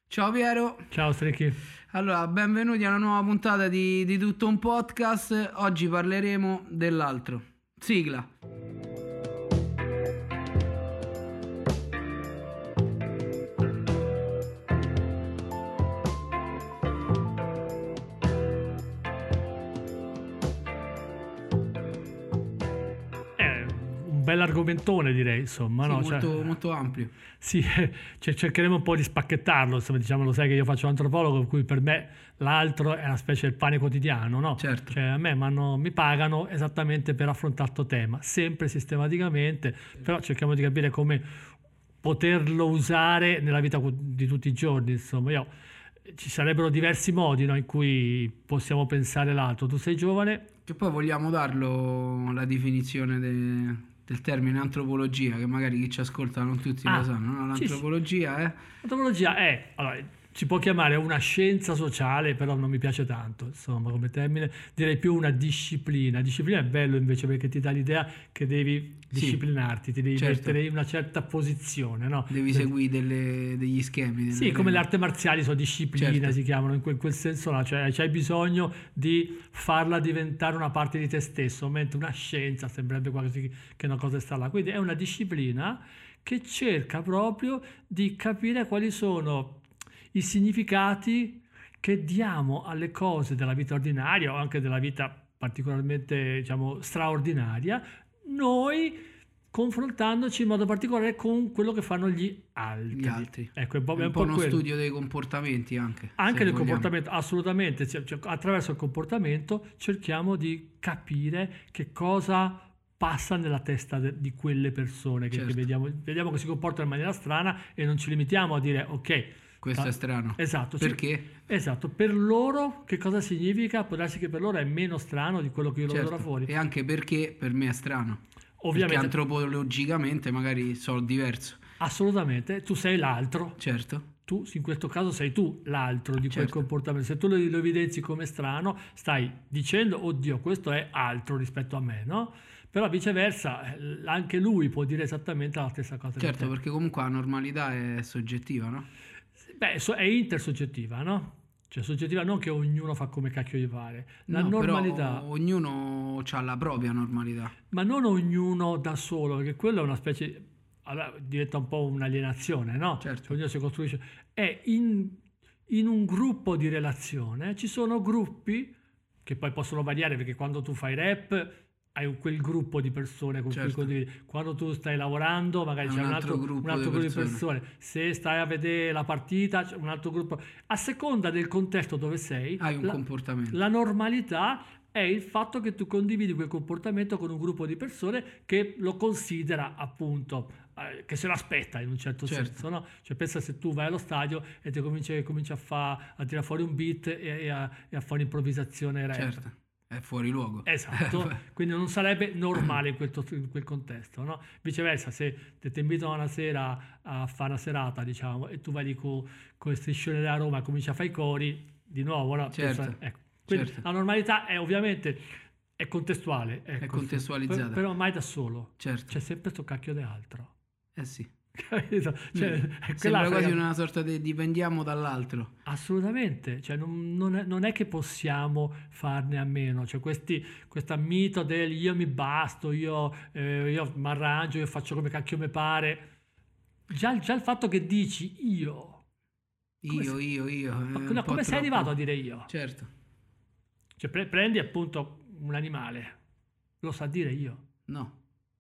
Ciao Piero, Ciao Strechi. allora benvenuti a una nuova puntata di Tutto un Podcast. Oggi parleremo dell'altro. Sigla. È un bell'argomentone, direi, insomma, Sì, no? Cioè, molto ampio. sì, cercheremo un po' di spacchettarlo, insomma, diciamo, lo sai che io faccio l'antropologo, per cui per me l'altro è una specie di pane quotidiano, no? Certo. Cioè, a me mi pagano esattamente per affrontare questo tema, sempre sistematicamente, però cerchiamo di capire come poterlo usare nella vita di tutti i giorni, insomma, ci sarebbero diversi modi, no, in cui possiamo pensare l'altro. Tu sei giovane? Che poi vogliamo darlo la definizione del termine antropologia, che magari chi ci ascolta non tutti lo Ah, sanno, no? sì, sì. L'antropologia è... L'antropologia è, allora, si può chiamare una scienza sociale, però non mi piace tanto, insomma, come termine, direi più una disciplina. Disciplina è bello invece perché ti dà l'idea che devi Sì, disciplinarti, ti devi certo. mettere in una certa posizione, no? Devi seguire degli schemi, Sì, delle come le regole. arti marziali sono discipline, Certo. si chiamano in quel senso là, cioè c'hai bisogno di farla diventare una parte di te stesso, mentre una scienza sembrerebbe quasi che una cosa sta là. Quindi è una disciplina che cerca proprio di capire quali sono i significati che diamo alle cose della vita ordinaria o anche della vita particolarmente, diciamo, straordinaria, noi confrontandoci in modo particolare con quello che fanno gli Gli altri. altri. Ecco, È è un un po' po' uno quello. studio dei comportamenti anche, se Anche del vogliamo. comportamento, assolutamente, cioè, attraverso il comportamento cerchiamo di capire che cosa passa nella testa di quelle persone che Certo, vediamo che si comportano in maniera strana e non ci limitiamo a dire ok, questo è strano. esatto, Perché? esatto, per loro che cosa significa? Può darsi che per loro è meno strano di quello che io lo vedo da Certo, fuori. e anche perché per me è strano. Perché Ovviamente, antropologicamente magari sono diverso. assolutamente, tu sei l'altro. Certo, Tu, in questo caso sei tu l'altro di quel certo, comportamento. Se tu lo evidenzi come strano, stai dicendo, oddio, questo è altro rispetto a me, no? Però viceversa, anche lui può dire esattamente la stessa cosa di certo, te. perché comunque la normalità è soggettiva, no? Beh, è intersoggettiva, no? Cioè soggettiva non che ognuno fa come cacchio gli pare. La No, però normalità, ognuno ha la propria normalità. ma non ognuno da solo, perché quello è una specie, allora diventa un po' un'alienazione, no? Cioè Certo, ognuno si costruisce, è in un gruppo di relazione, ci sono gruppi che poi possono variare perché quando tu fai rap hai quel gruppo di persone con cui certo, condividi, quando tu stai lavorando magari è c'è un un altro altro di gruppo di persone. persone, se stai a vedere la partita c'è un altro gruppo, a seconda del contesto dove sei, Hai un comportamento. la normalità è il fatto che tu condividi quel comportamento con un gruppo di persone che lo considera appunto, che se lo aspetta in un certo Certo, senso, no? Cioè pensa se tu vai allo stadio e ti cominci a tirare fuori un beat e a fare un'improvvisazione rap. certo, è fuori luogo. Esatto, quindi non sarebbe normale in quel contesto, no? Viceversa, se ti invitano una sera a fare una serata, diciamo, e tu vai lì con le striscione della Roma e cominci a fare i cori, di nuovo, no? Certo, Ecco. Quindi certo, la normalità è ovviamente è contestuale, è ecco, sì. contestualizzata. Però mai da solo, Certo, c'è sempre sto cacchio di altro. eh sì. Capito? Cioè, è quella Sembra quasi frega. una sorta di dipendiamo dall'altro. Assolutamente, cioè non è che possiamo farne a meno, cioè questo mito del io mi basto, io mi arrangio, io faccio come cacchio mi pare, già il fatto che dici io, come, Io, se- io, è un no, po' come sei arrivato troppo. a dire io? Certo, Cioè prendi appunto un animale, lo sa dire io. no.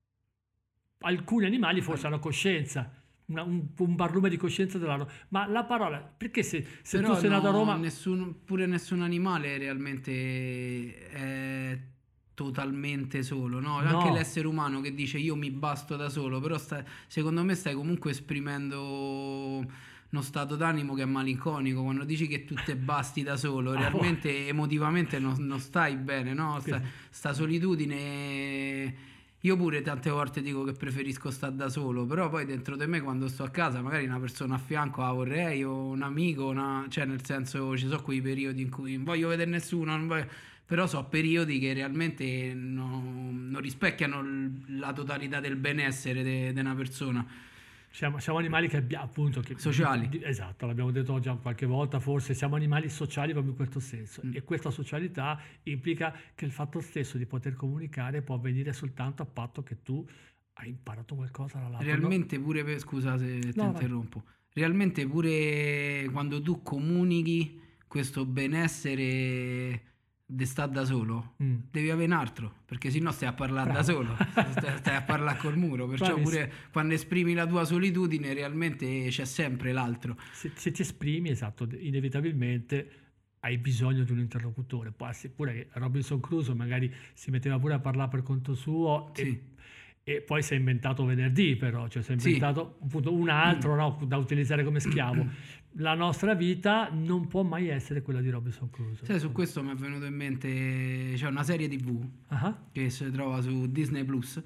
Alcuni animali forse hanno coscienza, un barlume di coscienza dell'hanno, ma la parola, perché se tu Però sei nato a no, Roma... pure nessun animale realmente è totalmente solo, no? Anche No, l'essere umano che dice io mi basto da solo, però secondo me stai comunque esprimendo uno stato d'animo che è malinconico. Quando dici che tu te basti da solo, ah, oh, realmente emotivamente non stai bene, no? Sta solitudine. Io pure tante volte dico che preferisco stare da solo, però poi dentro di me quando sto a casa magari una persona a fianco la vorrei o un amico, cioè nel senso ci sono quei periodi in cui non voglio vedere nessuno, però so periodi che realmente non rispecchiano la totalità del benessere di una persona. Siamo animali che abbiamo appunto Sociali. Esatto, l'abbiamo detto già qualche volta, forse siamo animali sociali proprio in questo senso. E questa socialità implica che il fatto stesso di poter comunicare può avvenire soltanto a patto che tu hai imparato qualcosa dall'altro. Realmente pure scusa se ti No, vai. interrompo. Realmente pure quando tu comunichi questo benessere sta da solo, devi avere un altro, perché sennò stai a parlare da Bravo. solo, stai a parlare col muro, perciò Bravissimo. pure quando esprimi la tua solitudine realmente c'è sempre l'altro. Se ti esprimi, esatto, inevitabilmente hai bisogno di un interlocutore. Può essere pure che Robinson Crusoe magari si metteva pure a parlare per conto suo Sì. e poi si è inventato venerdì, però, cioè si è Sì. inventato appunto un altro, no, da utilizzare come schiavo. La nostra vita non può mai essere quella di Robinson Crusoe. Sai, su questo mi è venuto in mente, c'è una serie TV Ah, che si trova su Disney Plus,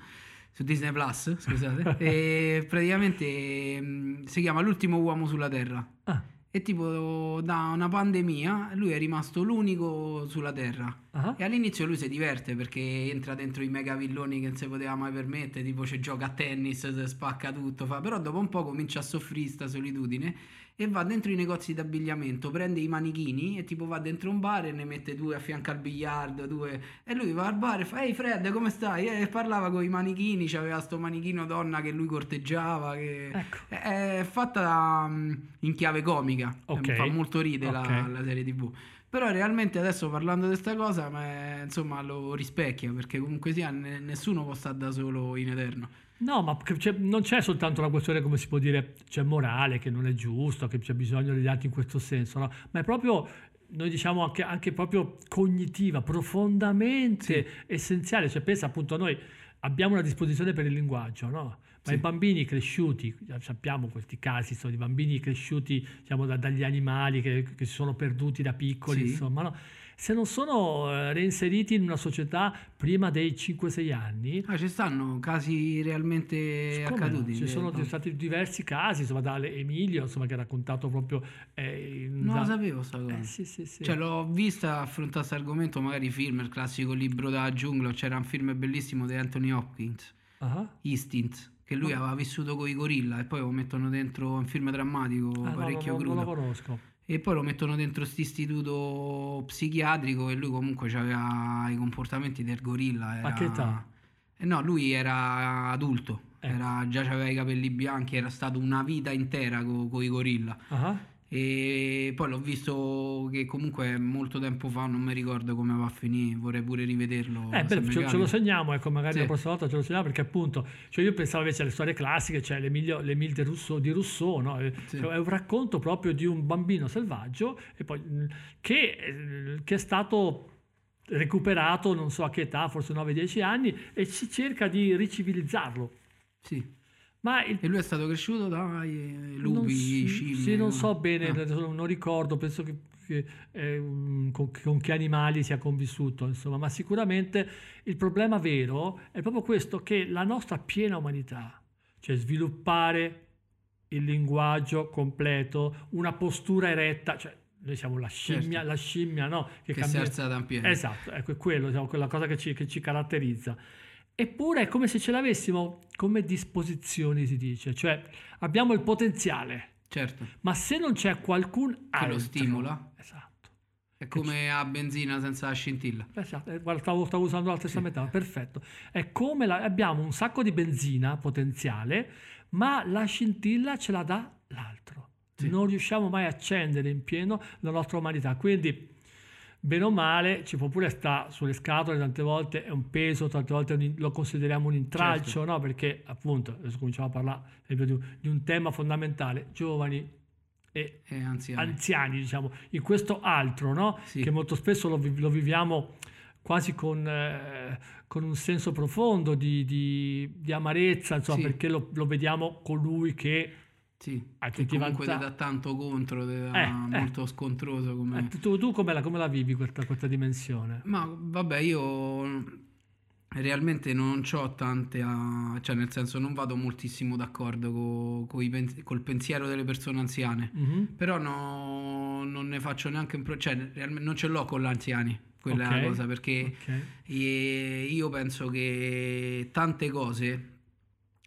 scusate, e praticamente si chiama L'ultimo uomo sulla Terra. ah, E tipo da una pandemia lui è rimasto l'unico sulla Terra. ah. E all'inizio lui si diverte perché entra dentro i mega villoni che non si poteva mai permettere, tipo ci gioca a tennis, si spacca tutto, però dopo un po' comincia a soffrire sta solitudine e va dentro i negozi d'abbigliamento, prende i manichini e tipo va dentro un bar e ne mette due a fianco al biliardo, due, e lui va al bar e fa ehi Fred, come stai? E parlava con i manichini, c'aveva sto manichino donna che lui corteggiava, che Ecco. è fatta in chiave comica. Ok. Fa molto ridere Ok. la serie TV. Però realmente adesso parlando di questa cosa, insomma, lo rispecchia, perché comunque sia nessuno può stare da solo in eterno. No, ma non c'è soltanto una questione, come si può dire, cioè morale, che non è giusto, che c'è bisogno degli altri in questo senso, no? Ma è proprio, noi diciamo anche proprio cognitiva, profondamente essenziale. Cioè pensa appunto, noi abbiamo una disposizione per il linguaggio, no? Ma Sì. i bambini cresciuti, sappiamo questi casi, sono di bambini cresciuti diciamo, dagli animali che si sono perduti da piccoli, Sì. insomma, no? Se non sono reinseriti in una società prima dei 5-6 anni, Ci stanno casi realmente come no? accaduti. Ci sono stati diversi casi, insomma, da Emilio, insomma, che ha raccontato proprio... Non lo sapevo sta cosa. sì. Cioè l'ho vista affrontare questo argomento, magari film, il classico libro della giungla, c'era un film bellissimo di Anthony Hopkins, Ah, Instinct, che lui aveva vissuto con i gorilla e poi lo mettono dentro un film drammatico parecchio non lo crudo. conosco. E poi lo mettono dentro questo istituto psichiatrico e lui comunque aveva i comportamenti del gorilla. A che età? No, lui era adulto, Ecco. già aveva i capelli bianchi, era stato una vita intera con i gorilla. Ah, E poi l'ho visto che comunque molto tempo fa, non mi ricordo come va a finire, vorrei pure rivederlo. se beh, mi ce lo capita. segniamo, ecco, magari Sì. la prossima volta ce lo segniamo, perché appunto, cioè io pensavo invece alle storie classiche, cioè l'Emile di Rousseau, no? Sì. Cioè, è un racconto proprio di un bambino selvaggio e poi, che è stato recuperato, non so a che età, forse 9-10 anni, e si cerca di ricivilizzarlo. Sì. Ma E lui è stato cresciuto dai non lupi, s- scimmie. sì, non so bene, Ah. adesso non ricordo, penso che, con che animali sia convissuto, insomma, ma sicuramente il problema vero è proprio questo, che la nostra piena umanità, cioè sviluppare il linguaggio completo, una postura eretta, cioè noi siamo la scimmia, Certo. no? Che si è alzata in piedi. Esatto, ecco, è quello, diciamo, quella cosa che ci caratterizza. Eppure è come se ce l'avessimo come disposizioni, si dice, cioè abbiamo il potenziale, Certo. ma se non c'è qualcun Che altro... lo stimola. Esatto. È come a benzina senza la scintilla. Esatto. Guarda, stavo usando la stessa metafora, perfetto. È come abbiamo un sacco di benzina potenziale, ma la scintilla ce la dà l'altro. Sì. Non riusciamo mai a accendere in pieno la nostra umanità, quindi bene o male ci può pure stare sulle scatole, tante volte è un peso, tante volte lo consideriamo un intralcio, Certo. no? Perché appunto adesso cominciamo a parlare di un tema fondamentale, giovani e anziani, diciamo, in questo altro, no? Sì. Che molto spesso lo viviamo quasi con un senso profondo di amarezza, insomma, Sì. perché lo vediamo colui che Sì, ha che tutti i comunque ti vantaggi. dà tanto contro, ti dà molto scontroso come... Tu come la vivi questa dimensione? Ma vabbè, io realmente non c'ho tante, cioè nel senso non vado moltissimo d'accordo col pensiero delle persone anziane, Mhm. però non ne faccio neanche cioè realmente non ce l'ho con gli anziani, quella è la Ok, cosa, perché ok. io penso che tante cose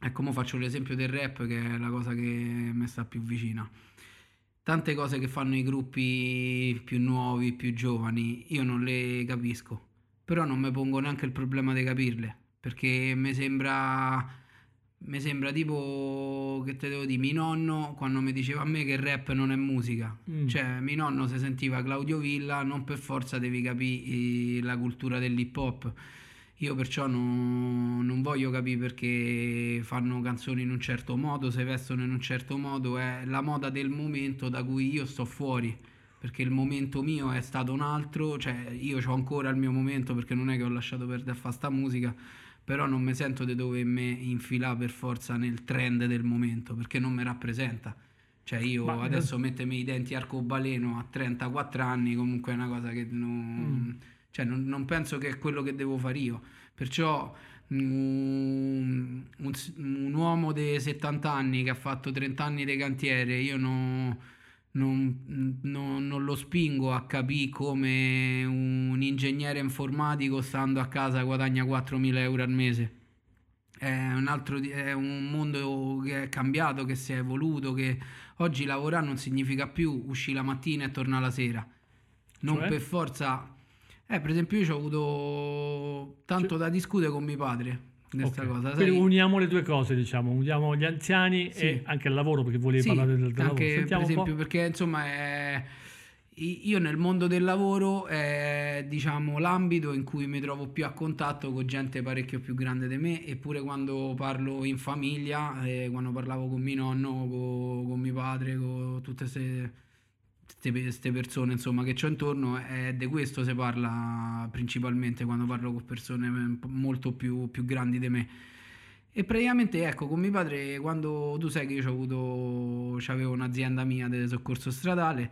ecco, mo faccio l'esempio del rap che è la cosa che mi sta più vicina. Tante cose che fanno i gruppi più nuovi, più giovani, io non le capisco, però non mi pongo neanche il problema di capirle, perché mi sembra tipo, che te devo dire, mio nonno quando mi diceva a me che il rap non è musica, Mm. cioè mio nonno si sentiva Claudio Villa, non per forza devi capire la cultura dell'hip hop. Io perciò non voglio capire perché fanno canzoni in un certo modo, se vestono in un certo modo, è la moda del momento da cui io sto fuori, perché il momento mio è stato un altro, cioè io ho ancora il mio momento perché non è che ho lasciato perdere a fare sta musica, però non mi sento di dovermi infilare per forza nel trend del momento, perché non mi rappresenta. Cioè Ma io adesso mettermi i denti arcobaleno a 34 anni comunque è una cosa che mm, cioè non penso che è quello che devo fare io. Perciò un uomo di 70 anni che ha fatto 30 anni di cantiere, io non lo spingo a capire come un ingegnere informatico stando a casa guadagna 4.000 euro al mese. È un mondo che è cambiato, che si è evoluto, che oggi lavorare non significa più uscire la mattina e tornare la sera. Non cioè? per forza. Per esempio, io ho avuto tanto Cioè- da discutere con mio padre di questa ok. cosa, Quindi sai? uniamo le due cose, diciamo, uniamo gli anziani e Sì. anche il lavoro, perché volevi Sì, parlare del lavoro. anche per Sentiamo un esempio po'. perché insomma io nel mondo del lavoro è diciamo l'ambito in cui mi trovo più a contatto con gente parecchio più grande di me, eppure quando parlo in famiglia, quando parlavo con mio nonno, con mio padre, con tutte queste persone insomma che ho intorno, di questo si parla principalmente quando parlo con persone molto più grandi di me. E praticamente ecco, con mio padre, quando tu sai che io c'avevo un'azienda mia del soccorso stradale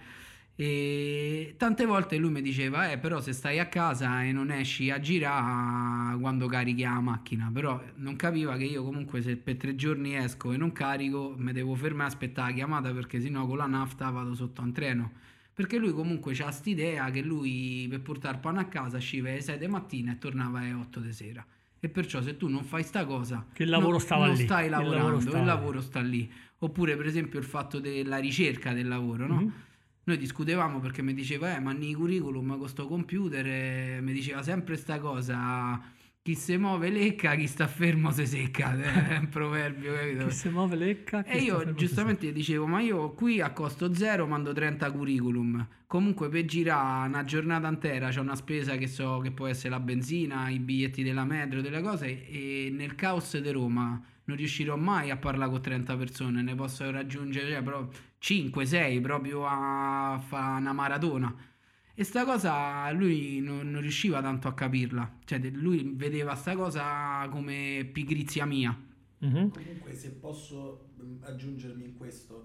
e tante volte lui mi diceva, però se stai a casa e non esci a girare quando carichi la macchina, però non capiva che io comunque se per 3 giorni esco e non carico, mi devo fermare a aspettare la chiamata perché sennò con la nafta vado sotto a un treno. Perché lui comunque c'ha st'idea che lui per portare pane a casa usciva alle 6 di mattina e tornava alle 8 di sera. E perciò se tu non fai sta cosa, Che il lavoro stava non lì. stai Il lavoro lavorando, il stava lì. lavoro sta lì. Oppure per esempio il fatto della ricerca del lavoro, no? Mhm. Noi discutevamo perché mi diceva, ma nei curriculum con sto computer, mi diceva sempre sta cosa, chi si muove lecca, chi sta fermo si secca, è un proverbio, Chi capito? si muove lecca, E chi sta io fermo si sa. giustamente dicevo, ma io qui a costo zero mando 30 curriculum. Comunque per girare una giornata intera c'è una spesa che so che può essere la benzina, i biglietti della metro, delle cose, e nel caos di Roma non riuscirò mai a parlare con 30 persone, ne posso raggiungere cioè, però 5-6 proprio a fare una maratona. E sta cosa lui non riusciva tanto a capirla, cioè lui vedeva sta cosa come pigrizia mia. Mhm. Comunque, se posso aggiungermi in questo,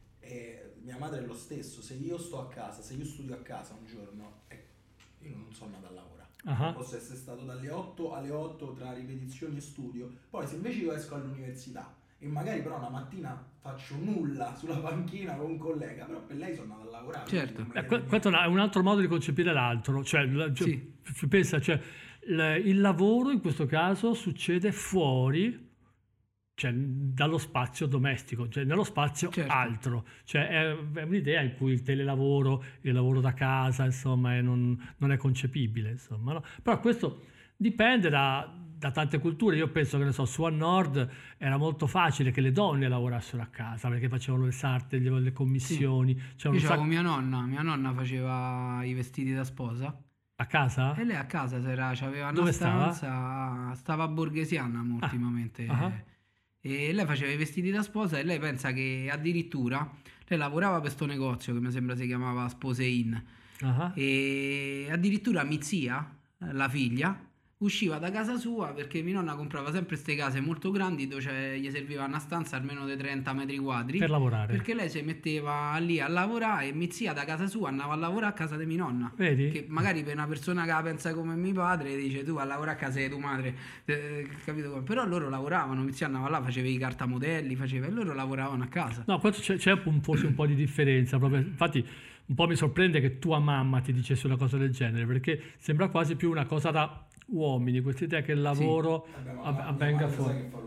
mia madre è lo stesso. Se io sto a casa, se io studio a casa un giorno, io non sono andato a lavorare. Ah. Posso essere stato dalle 8 alle 8 tra ripetizioni e studio. Poi, se invece io esco all'università e magari però una mattina faccio nulla sulla panchina con un collega, però per lei sono andato a lavorare. quindi Certo. non mi chiede Questo niente. è un altro modo di concepire l'altro, cioè, Sì. pensa, cioè, il lavoro in questo caso succede fuori, cioè dallo spazio domestico, cioè nello spazio Certo. altro, cioè è un'idea in cui il telelavoro, il lavoro da casa, insomma, non è concepibile, insomma, no? Però questo dipende da tante culture. Io penso che ne so, su a nord era molto facile che le donne lavorassero a casa perché facevano le sarte, le Sì. commissioni, c'erano Io un c'avevo sacco mia nonna faceva i vestiti da sposa a casa. e lei a casa c'aveva una Dove stava? stanza, stava a Borghesiana Ah, ultimamente ah, e lei faceva i vestiti da sposa e lei pensa che addirittura lei lavorava per questo negozio che mi sembra si chiamava Spose Inn ah. e addirittura mia zia, la figlia, usciva da casa sua perché mia nonna comprava sempre queste case molto grandi dove gli serviva una stanza almeno di 30 metri Per quadri lavorare. perché lei si metteva lì a lavorare e mia zia da casa sua andava a lavorare a casa di mia nonna. Vedi? Che magari per una persona che la pensa come mio padre dice tu a lavorare a casa di tua madre, capito? Però loro lavoravano, mia zia andava là, faceva i cartamodelli, faceva e loro lavoravano a casa. No, questo c'è forse un po' di differenza proprio. Infatti un po' mi sorprende che tua mamma ti dicesse una cosa del genere, perché sembra quasi più una cosa da uomini, questa idea che il Sì. lavoro Vabbè, ma mia avvenga madre sai fuori. che fa il lavoro da uomo.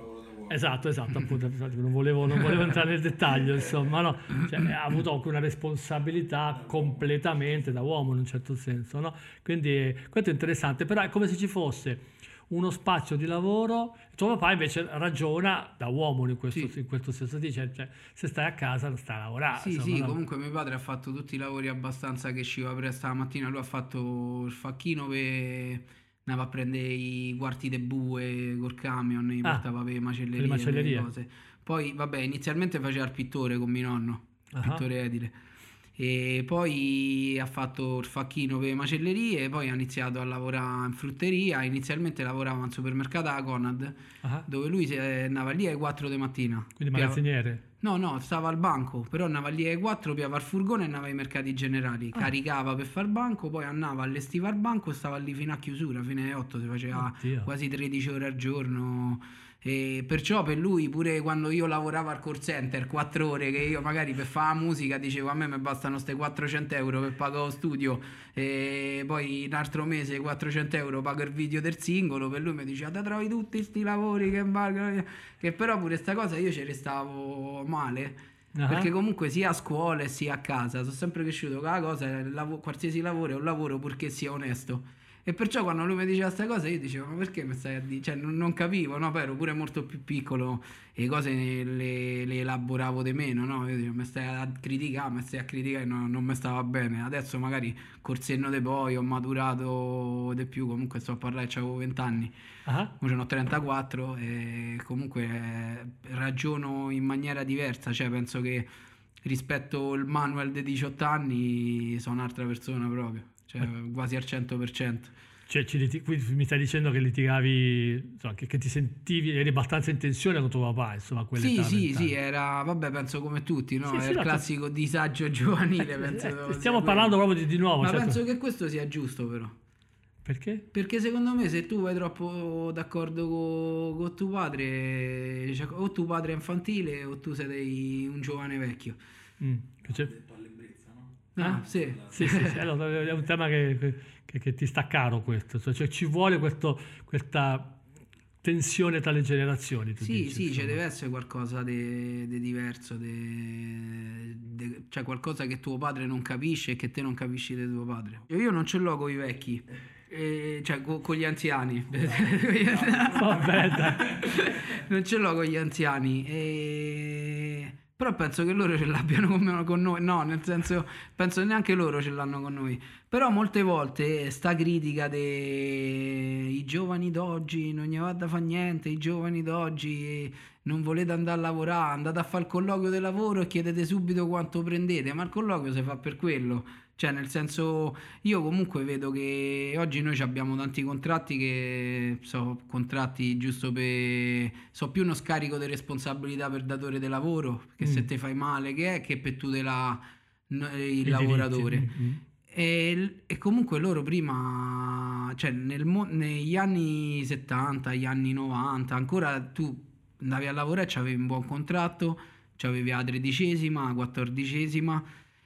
Esatto, appunto, infatti non volevo entrare nel dettaglio, insomma, no? Cioè, ha avuto anche una responsabilità completamente da uomo in un certo senso, no? Quindi questo è interessante, però è come se ci fosse uno spazio di lavoro. Tuo papà invece ragiona da uomo in questo senso, dice, cioè, se stai a casa non stai a lavorare. Sì, insomma, sì, no? comunque mio padre ha fatto tutti i lavori abbastanza che usciva presto la mattina, lui ha fatto il facchino per andava a prendere i quarti de bue col camion, li portava per le per le macellerie, per le macellerie. cose. Poi, vabbè, inizialmente faceva il pittore con mio nonno, pittore edile. E poi ha fatto il facchino per le macellerie, poi ha iniziato a lavorare in frutteria. Inizialmente lavorava in un supermercato a Conad, dove lui andava lì alle 4 di mattina. Quindi magazziniere. No, stava al banco, però andava lì alle 4, piava il furgone e andava ai mercati generali, caricava per far banco, poi andava, allestiva il banco e stava lì fino a chiusura, fino alle 8, si faceva Oddio. quasi 13 ore al giorno. E perciò per lui pure quando io lavoravo al call center 4 ore, che io magari per fare la musica dicevo a me mi bastano ste 400 euro per pagare lo studio, e poi un altro mese 400 euro pago il video del singolo, per lui mi diceva te trovi tutti sti lavori che valgono, che però pure sta cosa io ci restavo male, perché comunque sia a scuola e sia a casa sono sempre cresciuto con la cosa, qualsiasi lavoro è un lavoro purché sia onesto. E perciò quando lui mi diceva questa cosa io dicevo ma perché mi stai a dire, cioè non capivo, no? Poi ero pure molto più piccolo e le cose le elaboravo di meno, no? Io dicevo mi stai a criticare, no, non mi stava bene. Adesso magari col senno di poi ho maturato di più, comunque sto a parlare, avevo 20 anni, ora ce n'ho 34 e comunque ragiono in maniera diversa, cioè penso che rispetto al Manuel dei 18 anni sono un'altra persona proprio. Cioè, quasi al 100%. Cioè, quindi mi stai dicendo che litigavi, insomma, che ti sentivi, eri abbastanza in tensione con tuo papà, insomma, a quell'età. Sì, era, vabbè, penso come tutti, no? È il no, classico disagio giovanile, penso. Stiamo parlando proprio di nuovo. Ma certo. penso che questo sia giusto, però. Perché? Perché secondo me se tu vai troppo d'accordo con tuo padre, cioè, o tuo padre è infantile o tu sei un giovane vecchio. Cioè, Sì. Allora, è un tema che ti sta caro questo, cioè ci vuole questa tensione tra le generazioni. Sì, cioè deve essere qualcosa di diverso, cioè qualcosa che tuo padre non capisce e che te non capisci di tuo padre. Io non ce l'ho con i vecchi, cioè con gli anziani. Vabbè, dai. Non ce l'ho con gli anziani. Però penso che loro ce l'abbiano con noi, no, nel senso, penso che neanche loro ce l'hanno con noi. Però molte volte sta critica dei giovani d'oggi non gli va da fare niente, i giovani d'oggi non volete andare a lavorare, andate a fare il colloquio di lavoro e chiedete subito quanto prendete, ma il colloquio si fa per quello. Cioè, nel senso, io comunque vedo che oggi noi abbiamo tanti contratti che sono contratti giusto per... so più uno scarico di responsabilità per datore di lavoro, che se te fai male che per tutela il lavoratore. E comunque loro prima, cioè negli anni 70, gli anni 90, ancora tu andavi a lavorare e avevi un buon contratto, avevi la 13ª, la 14ª,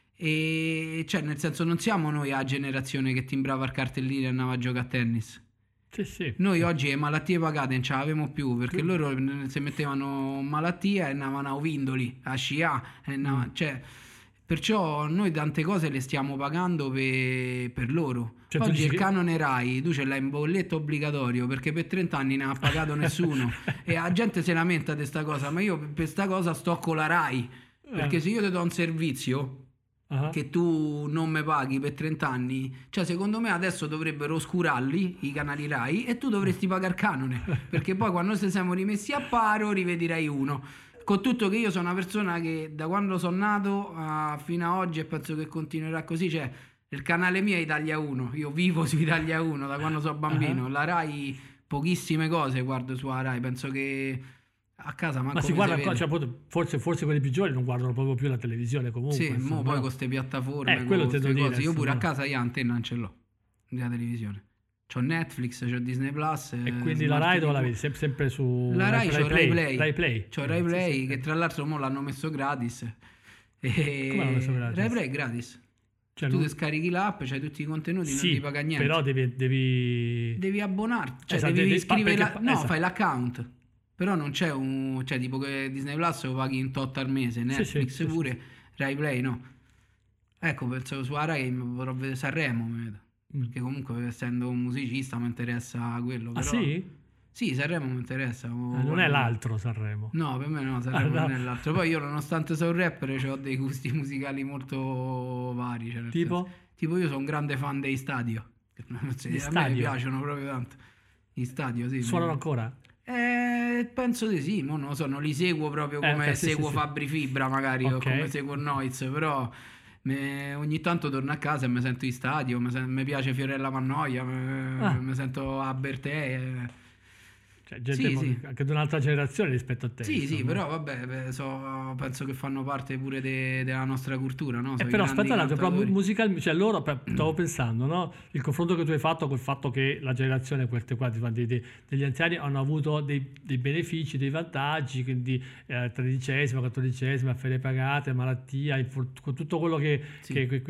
e cioè nel senso non siamo noi la generazione che timbrava il cartellino e andava a giocare a tennis. Sì. Noi oggi le malattie pagate non ce l'avevamo più, perché loro si mettevano malattia e andavano a Vindoli, a scià, cioè, perciò noi tante cose le stiamo pagando per lloro. Cioè, oggi il canone Rai tu ce l'hai in bolletta obbligatorio perché per 30 anni non ha pagato nessuno e la gente si lamenta di questa cosa, ma io per questa cosa sto con la Rai, perché se io ti do un servizio che tu non mi paghi per 30 anni, cioè secondo me adesso dovrebbero oscurarli i canali Rai e tu dovresti pagare canone, perché poi quando ci siamo rimessi a paro rivedi Rai 1. Con tutto che io sono una persona che da quando sono nato fino a oggi, e penso che continuerà così, cioè il canale mio è Italia 1, io vivo su Italia 1 da quando sono bambino. La Rai pochissime cose guardo sulla Rai, penso che a casa ma si guarda ancora, cioè, forse quelli più giovani non guardano proprio più la televisione comunque. Sì, mo poi con queste piattaforme, quello te devo dire, io pure a casa io antenna non ce l'ho della televisione. C'ho Netflix, c'ho Disney Plus. E quindi la Rai dove la vedi? Sempre su la Rai, c'ho Rai Play. C'ho Rai Play sì. Che tra l'altro mo l'hanno messo gratis. Come l'hanno messo gratis? Rai Play è gratis. Cioè, tu ti scarichi l'app, c'hai tutti i contenuti, non ti paga niente. Però devi abbonarti, cioè esatto, devi iscrivere fai l'account. Però non c'è cioè tipo che Disney Plus lo paghi in tot al mese, Netflix sì, pure, Rai Play no. Ecco, pensavo su Rai mi potrò vedere Sanremo, mi vedo. Mm. Perché comunque essendo un musicista mi interessa quello, Ah però... sì? Sì, Sanremo mi interessa. Non è l'altro Sanremo. No, per me no, Sanremo no. non è l'altro. Poi io nonostante sono un rapper ho dei gusti musicali molto vari, cioè nel Tipo? senso, tipo io sono un grande fan dei Stadio. Gli A me Stadio? piacciono proprio tanto. Gli Stadio, sì. Suonano ancora? Penso di sì, non lo so, non li seguo proprio come Ok, sì, seguo sì, sì. Fabri Fibra magari o Ok. come seguo Noiz, però ogni tanto torno a casa e mi sento in stadio, mi piace Fiorella Mannoia, Ah, mi sento Abertè. cioè gente Sì, sì. anche di un'altra generazione rispetto a te, Sì, sì, insomma. però vabbè, penso che fanno parte pure della nostra cultura, no? Sono i Però grandi aspetta un attimo, però cantatori. musicalmente, cioè loro, stavo pensando, no? Il confronto che tu hai fatto col fatto che la generazione, queste qua, degli anziani hanno avuto dei benefici, dei vantaggi, quindi tredicesima, quattordicesima, ferie pagate, malattia, con tutto quello Sì.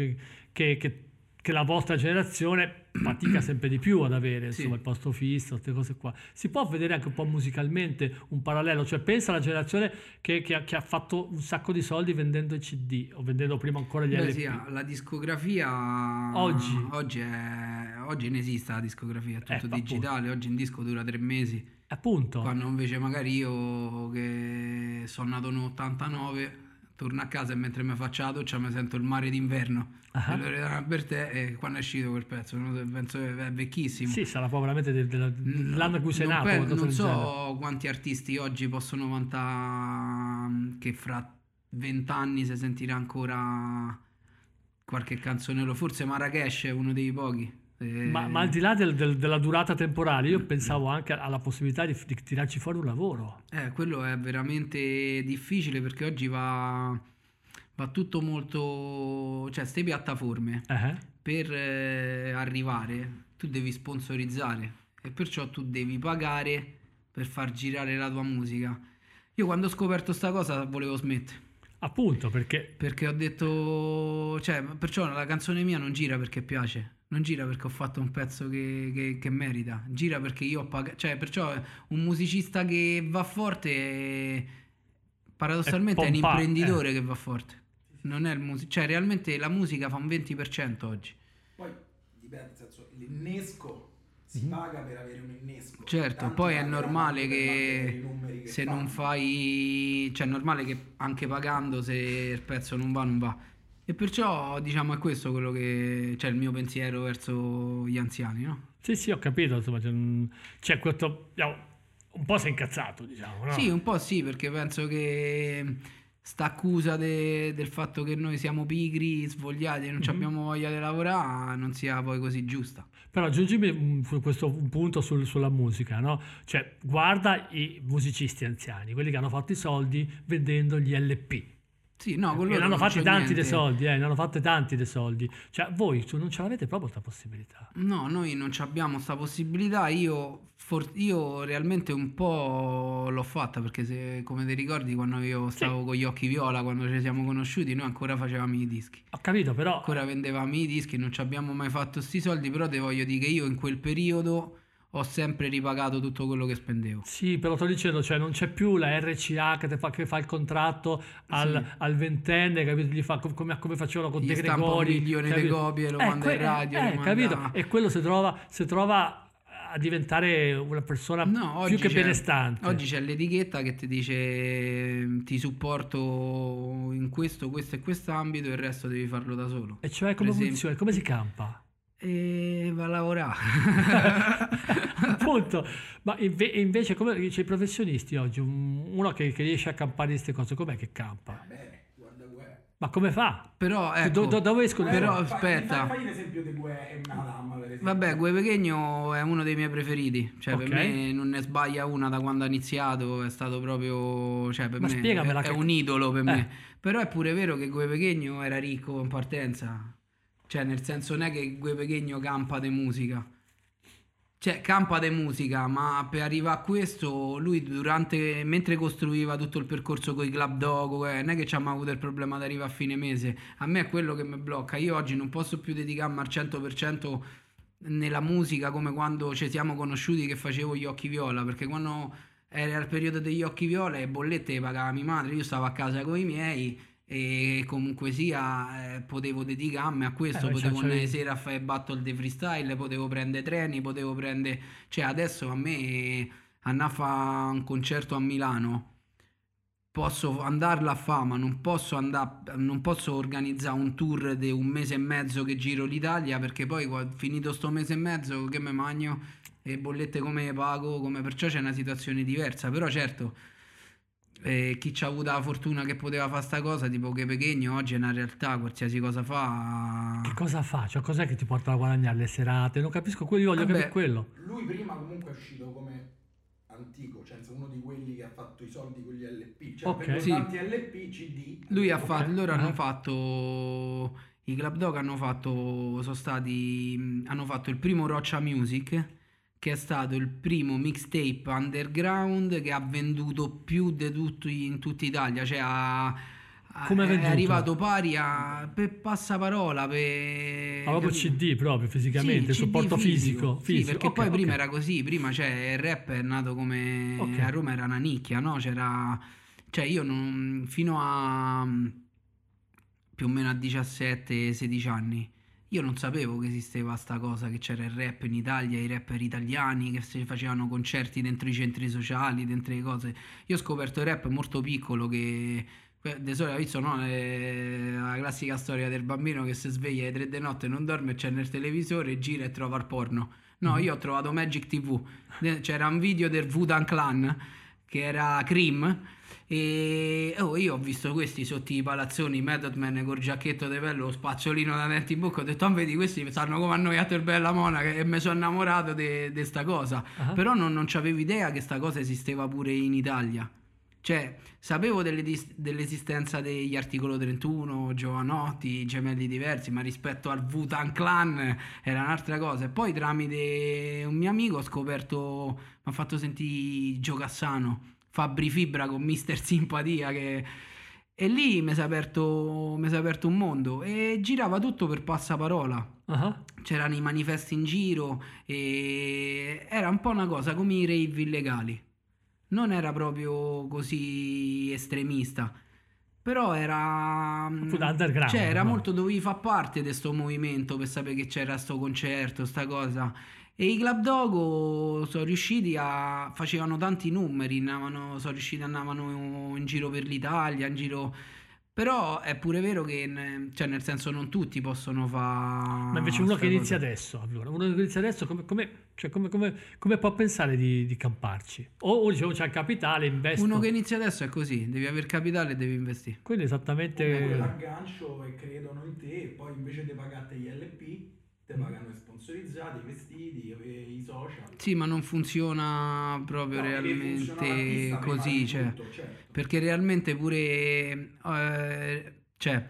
che la vostra generazione fatica sempre di più ad avere, Sì. insomma, il posto fisso, queste cose qua. Si può vedere anche un po' musicalmente un parallelo, cioè pensa alla generazione che ha fatto un sacco di soldi vendendo i CD o vendendo prima ancora gli Beh, LP. sì, la discografia Oggi. oggi non esiste la discografia, è tutto Appunto. digitale, oggi un disco dura 3 mesi, Appunto. quando invece magari io che sono nato nell'89 torno a casa e mentre mi faccio la doccia mi sento il mare d'inverno Ah. e Loredana Bertè e quando è uscito quel pezzo, penso che è vecchissimo. Sì, sarà poi veramente dell'anno in cui sei Non nato. pe- qualcosa non del genere. so quanti artisti oggi possono vantare che fra 20 anni si sentirà ancora qualche canzone loro. Forse Marrakesh è uno dei pochi. Ma al di là della durata temporale, io pensavo anche alla possibilità di tirarci fuori un lavoro. Quello è veramente difficile perché oggi va tutto molto... Cioè, ste piattaforme per arrivare tu devi sponsorizzare e perciò tu devi pagare per far girare la tua musica. Io quando ho scoperto sta cosa volevo smettere. Appunto, perché Perché ho detto, cioè, perciò la canzone mia non gira perché piace, non gira perché ho fatto un pezzo che merita, gira perché io ho pagato, cioè, perciò un musicista che va forte, paradossalmente è un imprenditore che va forte, non è cioè, realmente la musica fa un 20% oggi. Poi dipende, nel senso, l'innesco si paga per avere un innesco. Certo, Tanti poi è pagheranno normale per mantenere che i numeri che se fanno. non fai, cioè è normale che anche pagando se il pezzo non va, non va. E perciò diciamo è questo quello che c'è il mio pensiero verso gli anziani, no? sì, ho capito, insomma, c'è questo un po' sei incazzato, diciamo, no? Sì, un po' sì, perché penso che sta accusa del fatto che noi siamo pigri, svogliati e non abbiamo voglia di lavorare non sia poi così giusta. Però aggiungimi un punto sulla musica, no? Cioè, guarda i musicisti anziani, quelli che hanno fatto i soldi vendendo gli LP. Sì, no, con E loro ne hanno non fatti c'è tanti dei niente. soldi, ne hanno fatte tanti dei soldi. Cioè, voi non ce l'avete proprio questa possibilità. No, noi non ci abbiamo sta possibilità. Io realmente un po' l'ho fatta perché se, come ti ricordi quando io stavo con gli occhi viola, quando ci siamo conosciuti, noi ancora facevamo i dischi. Ho capito, però Ancora vendevamo i dischi, non ci abbiamo mai fatto sti soldi, però te voglio dire che io in quel periodo ho sempre ripagato tutto quello che spendevo. sì, però sto dicendo, cioè non c'è più la RCA che fa il contratto al ventenne, capito? Gli fa come facevano con Gli De stampa Gregori, 1 milione di capito? copie, lo manda in radio, lo capito? manda... E quello si trova a diventare una persona No, più che benestante. oggi c'è l'etichetta che ti dice ti supporto in questo e quest'ambito e il resto devi farlo da solo. E cioè come funziona? Come si campa? E va a lavorare. Appunto, ma invece come c'è i professionisti oggi, uno che riesce a campare queste cose, com'è che campa? Bene, guarda Gue. Ma come fa? Però ecco, Dove escono? Però aspetta. Fai l'esempio di Gue e Madame, per esempio. Vabbè, Gue Pequeno è uno dei miei preferiti, cioè per Ok. me non ne sbaglia una da quando ha iniziato, è stato proprio, cioè per Ma me spiegamela è che- un idolo per me. Però è pure vero che Gue Pequeno era ricco in partenza, cioè nel senso non è che Gue Pequeno campa de musica. Cioè, campa de musica, ma per arrivare a questo, lui mentre costruiva tutto il percorso con i club dogo, non è che ci ha mai avuto il problema di arrivare a fine mese. A me è quello che mi blocca. Io oggi non posso più dedicarmi al 100% nella musica come quando ci siamo conosciuti che facevo gli occhi viola, perché quando era il periodo degli occhi viola e bollette le pagava mia madre, io stavo a casa con i miei e comunque sia potevo dedicarmi a questo, potevo andare sera a fare battle di freestyle, potevo prendere treni, potevo prendere... Cioè adesso a me andare a fare un concerto a Milano posso andarla a fare, ma non posso organizzare un tour di un mese e mezzo che giro l'Italia perché poi finito sto mese e mezzo che mi magno e bollette come pago, perciò c'è una situazione diversa, però certo chi ci ha avuto la fortuna che poteva fare sta cosa, tipo che Pechegno oggi è una realtà, qualsiasi cosa fa. Che cosa fa? Cioè, cos'è che ti porta a guadagnare le serate? Non capisco quello, io voglio capire quello. Lui prima comunque è uscito come antico, cioè uno di quelli che ha fatto i soldi con gli LP, cioè per tanti LP, CD. Lui ha fatto, loro hanno fatto, i Club Dog hanno fatto il primo Roccia Music, che è stato il primo mixtape underground che ha venduto più di tutti in tutta Italia, cioè è arrivato pari a per passaparola, proprio CD proprio fisicamente, sì, supporto fisico. Sì, perché poi prima era così, prima il rap è nato come a Roma era una nicchia, no? Cioè io fino a più o meno a 17-16 anni io non sapevo che esisteva sta cosa, che c'era il rap in Italia, i rapper italiani che si facevano concerti dentro i centri sociali, dentro le cose. Io ho scoperto il rap molto piccolo, che di solito visto, no? La classica storia del bambino che si sveglia alle 3 di notte, non dorme, c'è nel televisore, gira e trova il porno. No, io ho trovato Magic TV, c'era un video del Wu-Tang Clan che era Cream e io ho visto questi sotto i palazzoni, Method Man col giacchetto di pello, lo spazzolino da denti in bocca, ho detto vedi questi stanno come annoiato il Bella Monaca e mi sono innamorato di sta cosa. Però non c'avevo idea che sta cosa esisteva pure in Italia. Cioè, sapevo dell'esistenza degli Articolo 31, Giovanotti, Gemelli Diversi, ma rispetto al Wu-Tang Clan era un'altra cosa. E poi tramite un mio amico ho scoperto, mi ha fatto sentire Gio Cassano, Fabri Fibra con Mister Simpatia, e lì mi si è aperto un mondo e girava tutto per passaparola. C'erano i manifesti in giro e era un po' una cosa come i rave illegali. Non era proprio così estremista, però era underground, cioè era molto, dovevi far parte di sto movimento per sapere che c'era sto concerto, sta cosa. E i Club Dogo facevano tanti numeri, andavano in giro per l'Italia, in giro. Però è pure vero che, cioè nel senso, non tutti possono fare. Ma invece uno che inizia adesso, come può pensare di camparci? O diciamo c'ha il capitale, investe. Uno che inizia adesso è così, devi avere capitale e devi investire. Quindi esattamente. L'aggancio e credono in te e poi invece di pagarti gli LP te pagano i sponsorizzati, i vestiti, i social. Sì, ma non funziona proprio realmente così, cioè, certo. Perché realmente pure cioè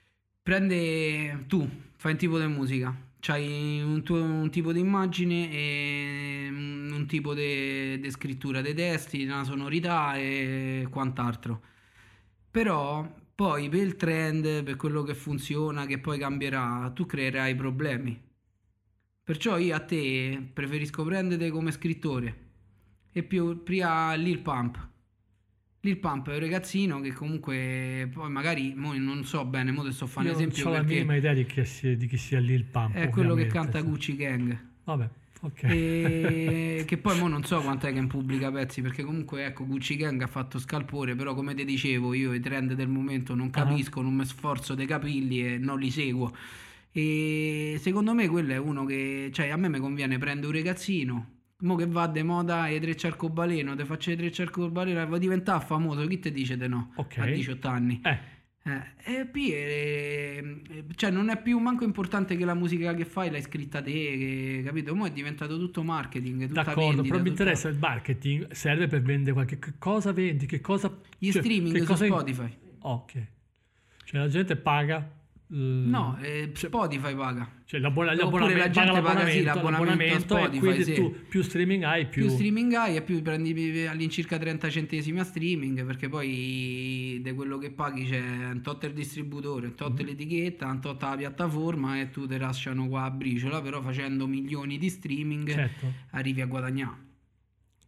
fai un tipo di musica, c'hai un tipo di immagine e un tipo di scrittura dei testi, una sonorità e quant'altro. Però poi per il trend, per quello che funziona, che poi cambierà, tu creerai problemi. Perciò io a te preferisco prendere come scrittore e più prima Lil Pump. Lil Pump è un ragazzino che comunque poi magari non so bene, mo te sto fare un esempio. Non ho la minima idea di chi sia Lil Pump. È quello che canta Gucci Gang. Vabbè. Ok. E che poi mo non so quant'è che in pubblica pezzi, perché comunque ecco Gucci Gang ha fatto scalpore, però come ti dicevo io i trend del momento non capisco, non mi sforzo dei capelli e non li seguo. E secondo me quello è uno che, cioè a me mi conviene prendere un ragazzino mo che va de moda e tre arcobaleno, te faccio i tre arcobaleno e va diventare famoso, chi te dice de no? A 18 anni. E cioè non è più manco importante che la musica che fai l'hai scritta te, capito? Mo è diventato tutto marketing, tutta d'accordo, vendita, però mi interessa il marketing, serve per vendere qualche cosa, vendi, che cosa, gli streaming su Spotify. Ok, cioè la gente paga. No, Spotify paga. Cioè oppure la gente paga sì, l'abbonamento a Spotify, e quindi sì. tu più streaming hai, più streaming hai e più prendi all'incirca 30 centesimi a streaming, perché poi di quello che paghi c'è un tot il distributore, un tot l'etichetta, un tot la piattaforma e tu te lasciano qua a briciola, però facendo milioni di streaming arrivi a guadagnare.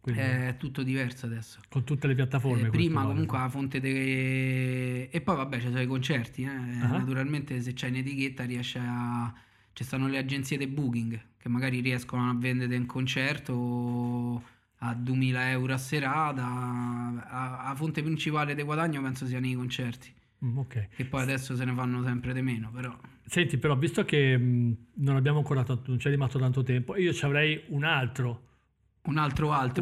Quindi, È tutto diverso adesso. con tutte le piattaforme. Prima questo comunque vale. la fonte e poi vabbè ci sono i concerti, Ah. naturalmente se c'hai un'etichetta riesci a... ci stanno le agenzie di booking che magari riescono a vendere un concerto a 2000 euro a serata, la fonte principale di guadagno penso siano i concerti, Ok. che poi adesso se ne fanno sempre di meno, però... Senti, però, visto che non abbiamo ancora non c'è rimasto tanto tempo, io ci avrei un altro, bravissimo,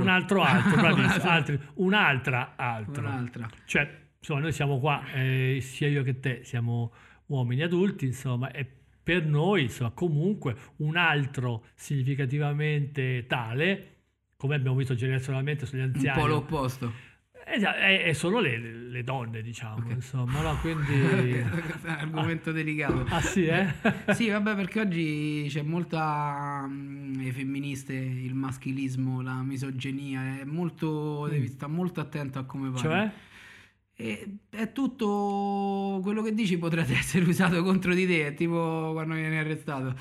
un'altra. Un'altra. Cioè, insomma, noi siamo qua, sia io che te, siamo uomini adulti, insomma, e per noi, insomma, comunque un altro significativamente tale, come abbiamo visto generazionalmente sugli Un anziani, po' l'opposto. è solo le donne, diciamo, insomma, no? Quindi... Argomento delicato. Ah sì, eh? Sì, vabbè, perché oggi c'è molta le femministe, il maschilismo, la misoginia, è molto, devi stare molto attento a come parli. Cioè? E è tutto quello che dici potrebbe essere usato contro di te, è tipo quando vieni arrestato.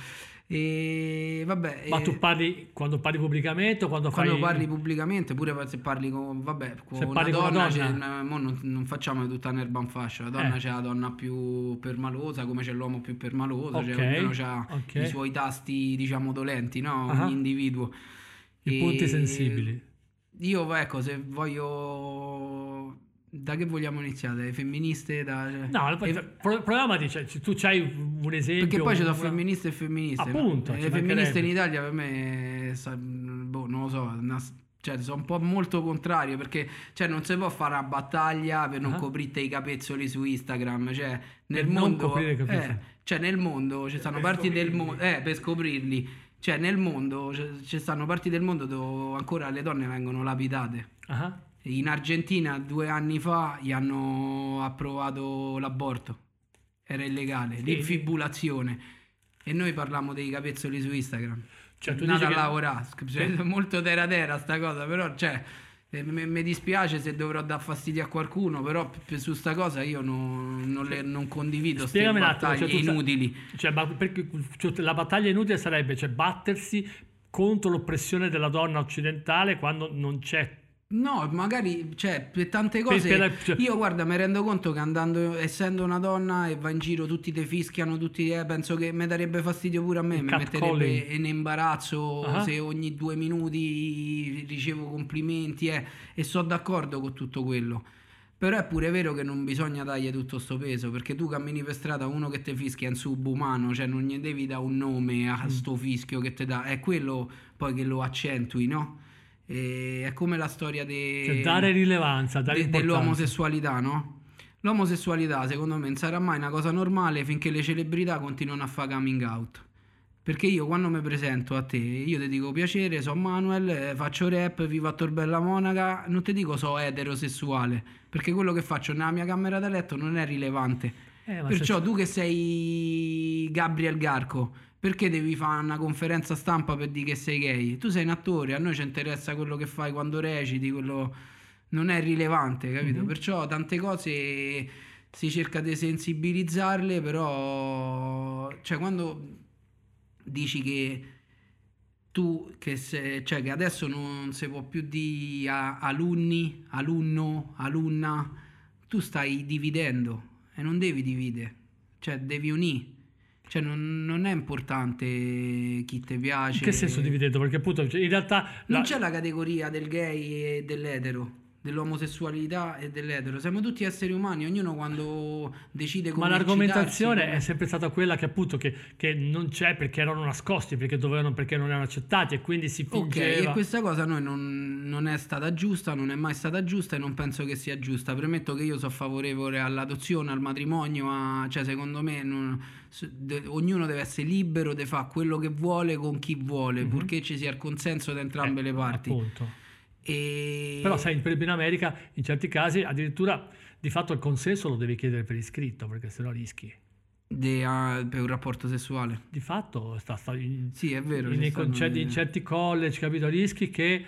E vabbè, Ma tu parli quando parli pubblicamente o quando parli pubblicamente, pure se parli con, vabbè, con Se una parli con donna, una donna. mo non facciamo tutta un'erba in fascia. La donna c'è la donna più permalosa, come c'è l'uomo più permaloso, Ok, cioè ognuno ha ok. i suoi tasti, diciamo, dolenti, no? Ah. Ogni individuo. I punti sensibili. Io, ecco, se voglio... Da che vogliamo iniziare? Dai femministe? No, proviamo a dire, cioè, tu c'hai un esempio... Perché poi ci sono una- femministe e femministe. Appunto, ci le femministe in mancherebbe. Italia per me, boh, non lo so, cioè, sono un po' molto contrario perché cioè, non si può fare una battaglia per non Ah. coprirte i capezzoli su Instagram. Cioè, nel non mondo, coprire i capezzoli. cioè, nel mondo ci stanno parti del mondo per scoprirli. Cioè, nel mondo ci stanno parti del mondo dove ancora le donne vengono lapidate. Ah. In Argentina 2 anni fa gli hanno approvato l'aborto, era illegale, l'infibulazione, e noi parliamo dei capezzoli su Instagram. Cioè, tu Nata dici a che- lavorare, cioè, è molto terra sta cosa, però cioè, mi dispiace se dovrò dar fastidio a qualcuno, però su sta cosa io non condivido queste Spiegami un attimo, battaglie cioè, tu inutili. cioè, la battaglia inutile sarebbe, cioè, battersi contro l'oppressione della donna occidentale quando non c'è... No, magari, cioè, per tante cose, cioè- io guarda, mi rendo conto che essendo una donna e va in giro, tutti te fischiano, penso che mi darebbe fastidio pure a me, Il mi catcalling. metterebbe in imbarazzo Ah. se ogni 2 minuti ricevo complimenti, e sono d'accordo con tutto quello. Però è pure vero che non bisogna dargli tutto sto peso, perché tu cammini per strada, uno che te fischia è un subumano, cioè non gli devi dare un nome a sto fischio che te dà, è quello poi che lo accentui, no? E è come la storia Cioè, dare rilevanza, dare importanza. dell'omosessualità, no? L'omosessualità secondo me non sarà mai una cosa normale finché le celebrità continuano a fare coming out. Perché io quando mi presento a te, io ti dico piacere, sono Manuel, faccio rap, vivo a Torbella Monaca, non ti dico so eterosessuale, perché quello che faccio nella mia camera da letto non è rilevante. Ma Perciò se- tu che sei Gabriel Garco, perché devi fare una conferenza stampa per dire che sei gay? Tu sei un attore, a noi ci interessa quello che fai quando reciti, quello non è rilevante, capito? Perciò tante cose si cerca di sensibilizzarle, però cioè quando dici che tu cioè che adesso non si può più di alunni, alunno, alunna, tu stai dividendo e non devi dividere, cioè devi unire. Cioè non è importante chi ti piace. In che senso dividendo? Perché appunto, cioè, in realtà... Non c'è la categoria del gay e dell'etero, dell'omosessualità e dell'etero. Siamo tutti esseri umani, ognuno quando decide come Ma l'argomentazione excitarsi, è sempre stata quella che appunto che non c'è perché erano nascosti, perché perché non erano accettati e quindi si ok, fingeva... e questa cosa a noi non è stata giusta, non è mai stata giusta e non penso che sia giusta. Premetto che io sono favorevole all'adozione, al matrimonio, cioè secondo me ognuno deve essere libero di fare quello che vuole con chi vuole, purché ci sia il consenso da entrambe le parti. Appunto. E... Però sai, per esempio in America in certi casi addirittura di fatto il consenso lo devi chiedere per iscritto perché sennò rischi. per un rapporto sessuale. Di fatto Sì, è vero. in certi college, capito, rischi che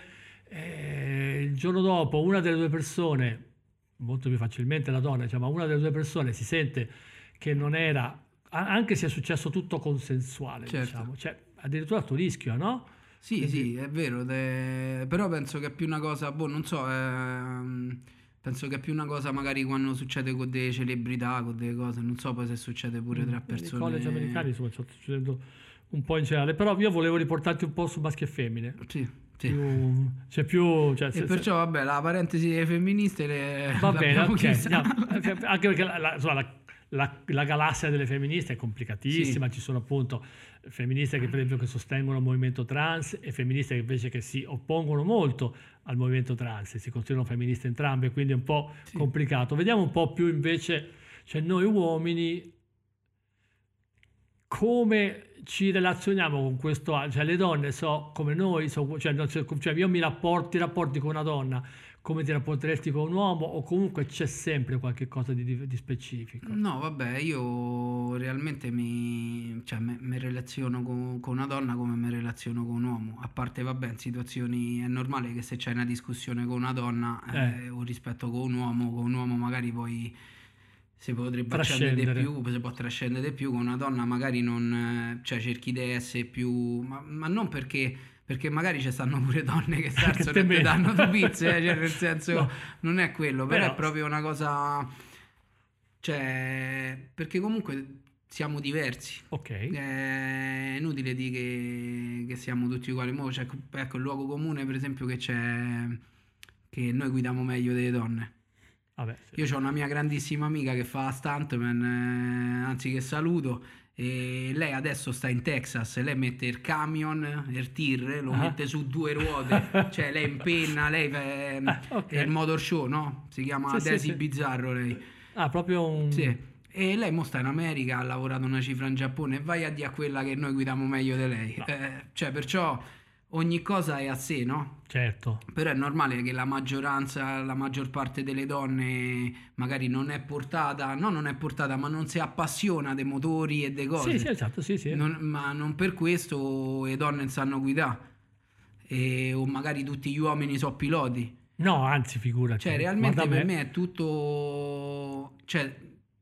il giorno dopo una delle due persone, molto più facilmente la donna, diciamo, una delle due persone si sente che non era, anche se è successo tutto consensuale, Certo. diciamo, cioè addirittura tu rischio, no? Sì, è vero, però penso che è più una cosa, boh, non so, penso che è più una cosa magari quando succede con delle celebrità, con delle cose, non so poi se succede pure tra I college americani persone. insomma sta succedendo un po' in generale, però io volevo riportarti un po' su maschi e femmine. Sì, sì. C'è più, cioè, E perciò, vabbè, la parentesi delle femministe va bene, l'abbiamo ok, chiusa. anche perché insomma, la galassia delle femministe è Sì, complicatissima, ci sono appunto femministe che per esempio che sostengono il movimento trans e femministe che invece che si oppongono molto al movimento trans e si considerano femministe entrambe, quindi è un po' sì. complicato. Vediamo un po' più invece, cioè noi uomini come ci relazioniamo con questo, cioè le donne so come noi, cioè io ti rapporti con una donna come ti rapporteresti con un uomo o comunque c'è sempre qualche cosa di specifico? No, vabbè, io realmente mi relaziono con una donna come mi relaziono con un uomo. A parte, vabbè, in situazioni è normale che se c'è una discussione con una donna o rispetto con un uomo magari poi si potrebbe accendere di Trascendere. più, si può trascendere di più, con una donna magari non, cioè cerchi di essere più, ma non perché magari ci stanno pure donne che Che salzano te e ti me- danno tu pizze, cioè nel senso No, non è quello, però è però proprio una cosa, cioè, perché comunque siamo diversi. ok, È inutile dire che siamo tutti uguali. C'è, ecco, il luogo comune, per esempio, che c'è che noi guidiamo meglio delle donne. vabbè, sì. Io ho una mia grandissima amica che fa stuntman, anzi che saluto, e lei adesso sta in Texas, lei mette il camion, il tir, lo Ah. mette su 2 ruote, cioè lei impenna, lei Ok. è il motor show, no? Si chiama Sì, sì, Daisy sì. Bizzarro lei. Proprio un... Sì. E lei mo sta in America, ha lavorato una cifra in Giappone, e vai a dire a quella che noi guidiamo meglio di lei. No. Cioè, perciò ogni cosa è a sé, no? Certo. Però è normale che la maggioranza, la maggior parte delle donne magari non è portata, no, non è portata, ma non si appassiona dei motori e delle cose. Sì, sì, esatto, sì, sì. Ma non per questo le donne non sanno guidare. O magari tutti gli uomini sono piloti. No, anzi, figurati. Cioè, realmente Guarda per me. me è tutto. Cioè,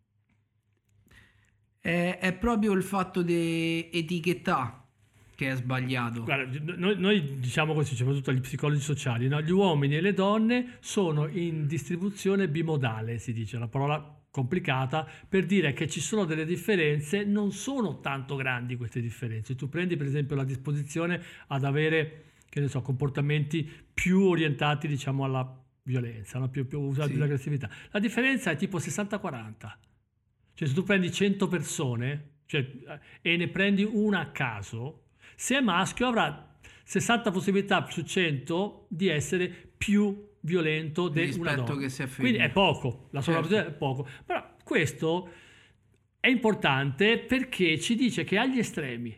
è proprio il fatto di etichettà che è sbagliato. Guarda, noi diciamo così, soprattutto agli psicologi sociali, no? Gli uomini e le donne sono in distribuzione bimodale, si dice, una parola complicata per dire che ci sono delle differenze, non sono tanto grandi queste differenze. Tu prendi per esempio la disposizione ad avere, che ne so, comportamenti più orientati, diciamo, alla violenza, no? più usati Sì. dell'aggressività. La differenza è tipo 60-40. Cioè se tu prendi 100 persone e ne prendi una a caso, se è maschio avrà 60 possibilità su 100 di essere più violento di una Rispetto donna. che se è Quindi è femmina. poco, la sola Certo. possibilità è poco. Però questo è importante perché ci dice che agli estremi,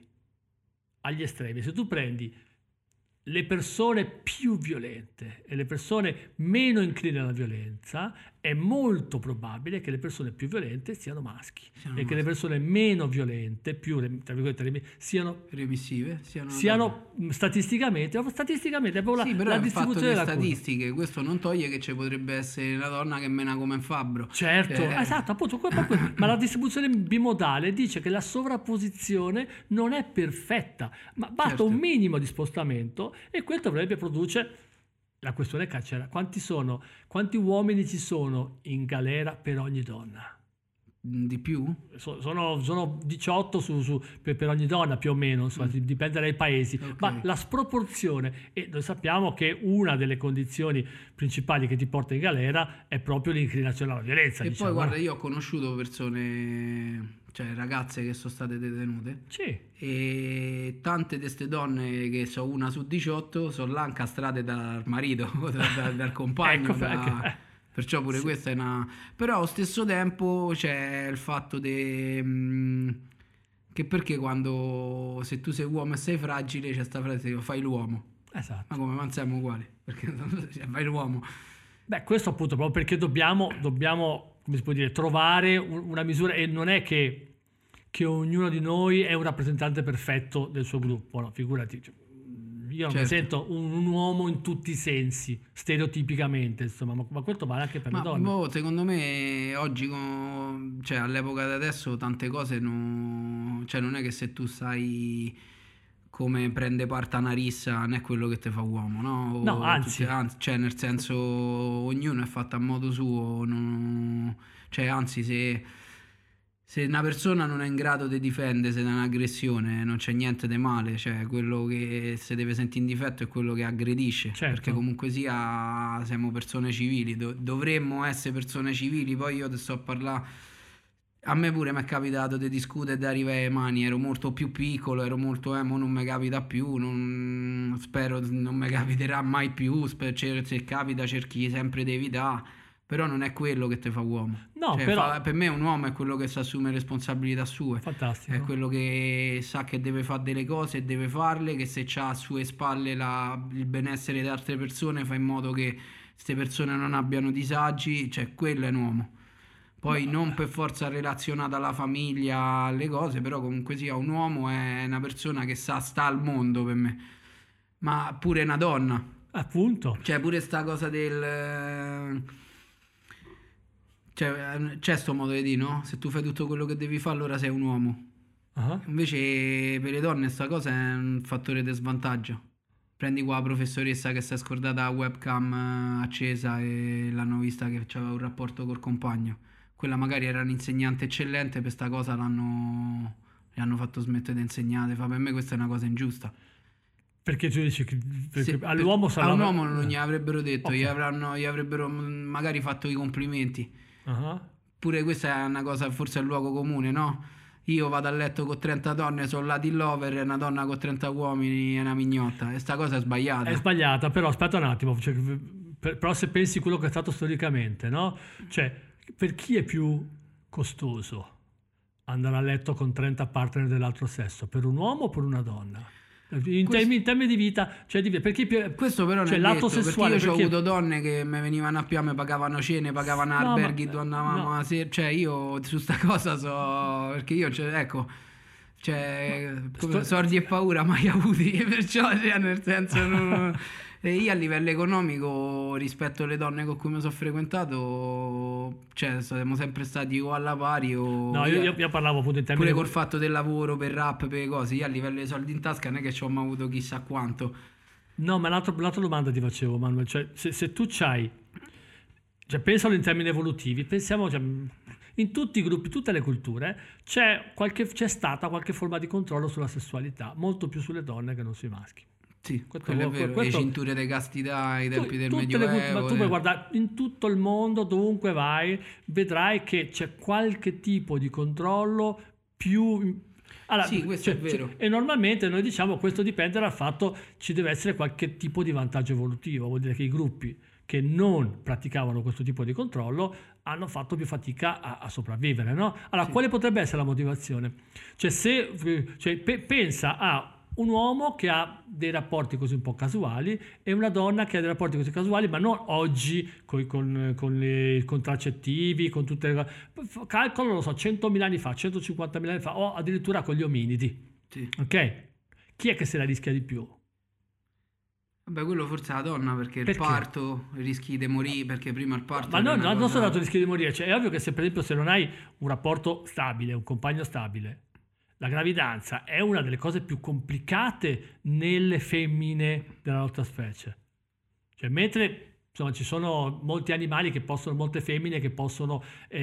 se tu prendi le persone più violente e le persone meno incline alla violenza, è molto probabile che le persone più violente siano maschi Siano e che le maschi. persone meno violente, più tra virgolette, siano Remissive donne. statisticamente è proprio Sì, però la è un fatto distribuzione di della curva. statistiche. Questo non toglie che ci potrebbe essere una donna che mena come un fabbro. Certo, esatto, appunto, ma la distribuzione bimodale dice che la sovrapposizione non è perfetta, ma basta Certo. un minimo di spostamento e questo avrebbe produce la questione carceraria. Quanti uomini ci sono in galera per ogni donna? Di più? Sono 18 per ogni donna più o meno, insomma, dipende dai paesi, Ok. ma la sproporzione, e noi sappiamo che una delle condizioni principali che ti porta in galera è proprio l'inclinazione alla violenza. E diciamo, poi guarda, no? io ho conosciuto persone, cioè ragazze che sono state detenute, Sì, e tante di queste donne, che so una su 18, sono là incastrate dal marito, dal compagno. Ecco, Perciò pure sì. questa è una. Però allo stesso tempo c'è il fatto che perché quando se tu sei uomo e sei fragile, c'è sta frase che fai l'uomo. Ma Esatto. come, ma non siamo uguali? Perché fai l'uomo. Beh, questo appunto proprio perché dobbiamo, come si può dire, trovare una misura e non è che ognuno di noi è un rappresentante perfetto del suo gruppo, no? Figurati, cioè, io non mi Certo. sento un uomo in tutti i sensi, stereotipicamente, insomma, ma questo vale anche per le Ma donne. boh, secondo me oggi, cioè all'epoca di adesso, tante cose cioè non è che se tu sai come prende parte a una rissa non è quello che ti fa uomo, no? No, anzi. Cioè nel senso ognuno è fatto a modo suo, cioè anzi se una persona non è in grado di difendersi da un'aggressione non c'è niente di male, cioè quello che si deve sentire in difetto è quello che aggredisce, Certo. perché comunque sia siamo persone civili, dovremmo essere persone civili, poi io ti sto a parlare, a me pure mi è capitato di discutere e di arrivare ai mani, ero molto più piccolo, ero molto, mo non mi capita più, spero non mi capiterà mai più, se capita cerchi sempre di evitare. Però non è quello che ti fa uomo. No, Cioè, però... per me un uomo è quello che sa assumere responsabilità sue. Fantastico. È quello che sa che deve fare delle cose e deve farle, che se ha a sue spalle il benessere di altre persone fa in modo che queste persone non abbiano disagi, cioè quello è un uomo. Poi non per forza relazionata alla famiglia, alle cose, però comunque sia un uomo è una persona che sta al mondo per me. Ma pure una donna. Appunto. Cioè pure sta cosa del... Cioè, c'è sto modo di dire, no? Se tu fai tutto quello che devi fare, allora sei un uomo. Ah. Invece per le donne sta cosa è un fattore di svantaggio. Prendi qua la professoressa che si è scordata la webcam accesa e l'hanno vista che aveva un rapporto col compagno. Quella magari era un'insegnante eccellente, per sta cosa le hanno fatto smettere di insegnare. Per me questa è una cosa ingiusta. Perché tu dici che Se- all'uomo a un uomo non gli avrebbero detto, Ok. gli avrebbero magari fatto i complimenti. Ah. Pure questa è una cosa, forse è un luogo comune, no? Io vado a letto con 30 donne, sono Latin lover, e una donna con 30 uomini è una mignotta. E sta cosa è sbagliata. È sbagliata, però aspetta un attimo, cioè, però se pensi quello che è stato storicamente, no? Cioè, per chi è più costoso andare a letto con 30 partner dell'altro sesso? Per un uomo o per una donna? In termini di vita, cioè perché Questo però cioè, non è l'atto detto, sessuale, perché io ho perché- avuto donne che mi venivano a piame, pagavano cene, pagavano No, alberghi, ma- dove andavamo no. a cioè io su sta cosa so, perché io, cioè, ecco, cioè, sordi e paura mai avuti, perciò, cioè, nel senso, e io a livello economico, rispetto alle donne con cui mi sono frequentato, cioè, siamo sempre stati o alla pari o... No, io parlavo appunto in termini... Pure col fatto del lavoro, per rap, per cose, io a livello di soldi in tasca non è che ci ho mai avuto chissà quanto. No, ma l'altra domanda ti facevo, Manuel, cioè se tu c'hai, cioè pensalo in termini evolutivi, pensiamo, cioè, in tutti i gruppi, tutte le culture, c'è stata qualche forma di controllo sulla sessualità, molto più sulle donne che non sui maschi. Sì, Questo- quello è vero, questo- le cinture di castità ai tempi del tutte le Medioevo. ma tu puoi guardare in tutto il mondo, dovunque vai, vedrai che c'è qualche tipo di controllo più... Allora, Sì, questo è vero. e normalmente noi diciamo questo dipende dal fatto ci deve essere qualche tipo di vantaggio evolutivo, vuol dire che i gruppi che non praticavano questo tipo di controllo hanno fatto più fatica a sopravvivere, no? Allora, Sì. quale potrebbe essere la motivazione? Cioè, pensa a un uomo che ha dei rapporti così un po' casuali e una donna che ha dei rapporti così casuali, ma non oggi con i contraccettivi, con tutte le cose. Calcolo, non lo so, 100.000 anni fa, 150.000 anni fa, o addirittura con gli ominidi. Sì. Ok? Chi è che se la rischia di più? Vabbè, quello forse è la donna, perché il Perché? parto, rischi di morire, perché prima il parto Ma era no, una non cosa- sono dato il rischio di morire. Cioè, è ovvio che se per esempio se non hai un rapporto stabile, un compagno stabile, la gravidanza è una delle cose più complicate nelle femmine della nostra specie. Cioè, mentre insomma, ci sono molti animali che possono, molte femmine che possono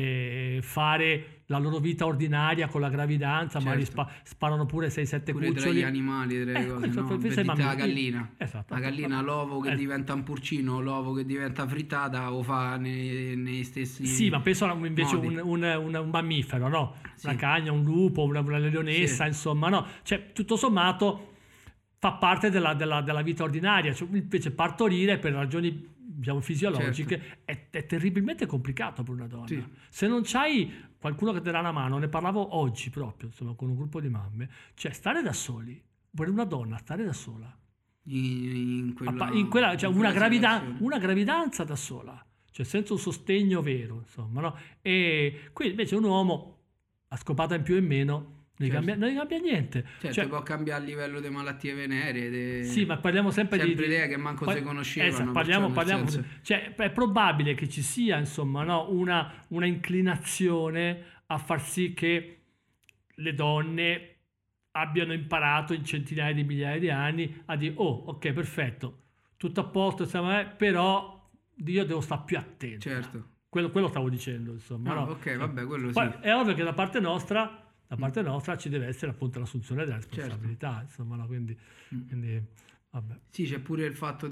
fare la loro vita ordinaria con la gravidanza, magari Certo. sparano pure 6-7 Pure tra cuccioli. gli animali, tra le cose, questo- no? questo Per è dirti la mammifero. gallina. Esatto. La gallina, l'ovo che Eh, diventa un purcino, l'ovo che diventa frittata, o fa nei stessi... Sì, ma penso invece modi. un mammifero, no? Sì. Una cagna, un lupo, una leonessa, Sì. insomma, no? Cioè, tutto sommato fa parte della vita ordinaria. Cioè, invece partorire per ragioni, diciamo, fisiologiche è terribilmente complicato per una donna. Sì. Se non c'hai qualcuno che ti dà una mano, ne parlavo oggi proprio, insomma, con un gruppo di mamme, cioè stare da soli, per una donna stare da sola, in cioè in una, quella situazione. una gravidanza da sola, cioè senza un sostegno vero, insomma, no? E qui invece un uomo a scopata in più e in meno Certo. non gli cambia niente. Cioè, Cioè, ti può cambiare a livello di malattie venere. sì, ma parliamo sempre di idee che manco si conoscevano. Esatto, perciò, nel parliamo, senso- cioè, è probabile che ci sia, insomma, no, una inclinazione a far sì che le donne abbiano imparato in centinaia di migliaia di anni a dire, oh, ok, perfetto, tutto a posto, però io devo stare più attento. Certo. Quello stavo dicendo, insomma. No, No? ok, vabbè, quello Poi sì. è ovvio che da parte nostra ci deve essere appunto l'assunzione della responsabilità, insomma, no? Quindi, vabbè. Sì, c'è pure il fatto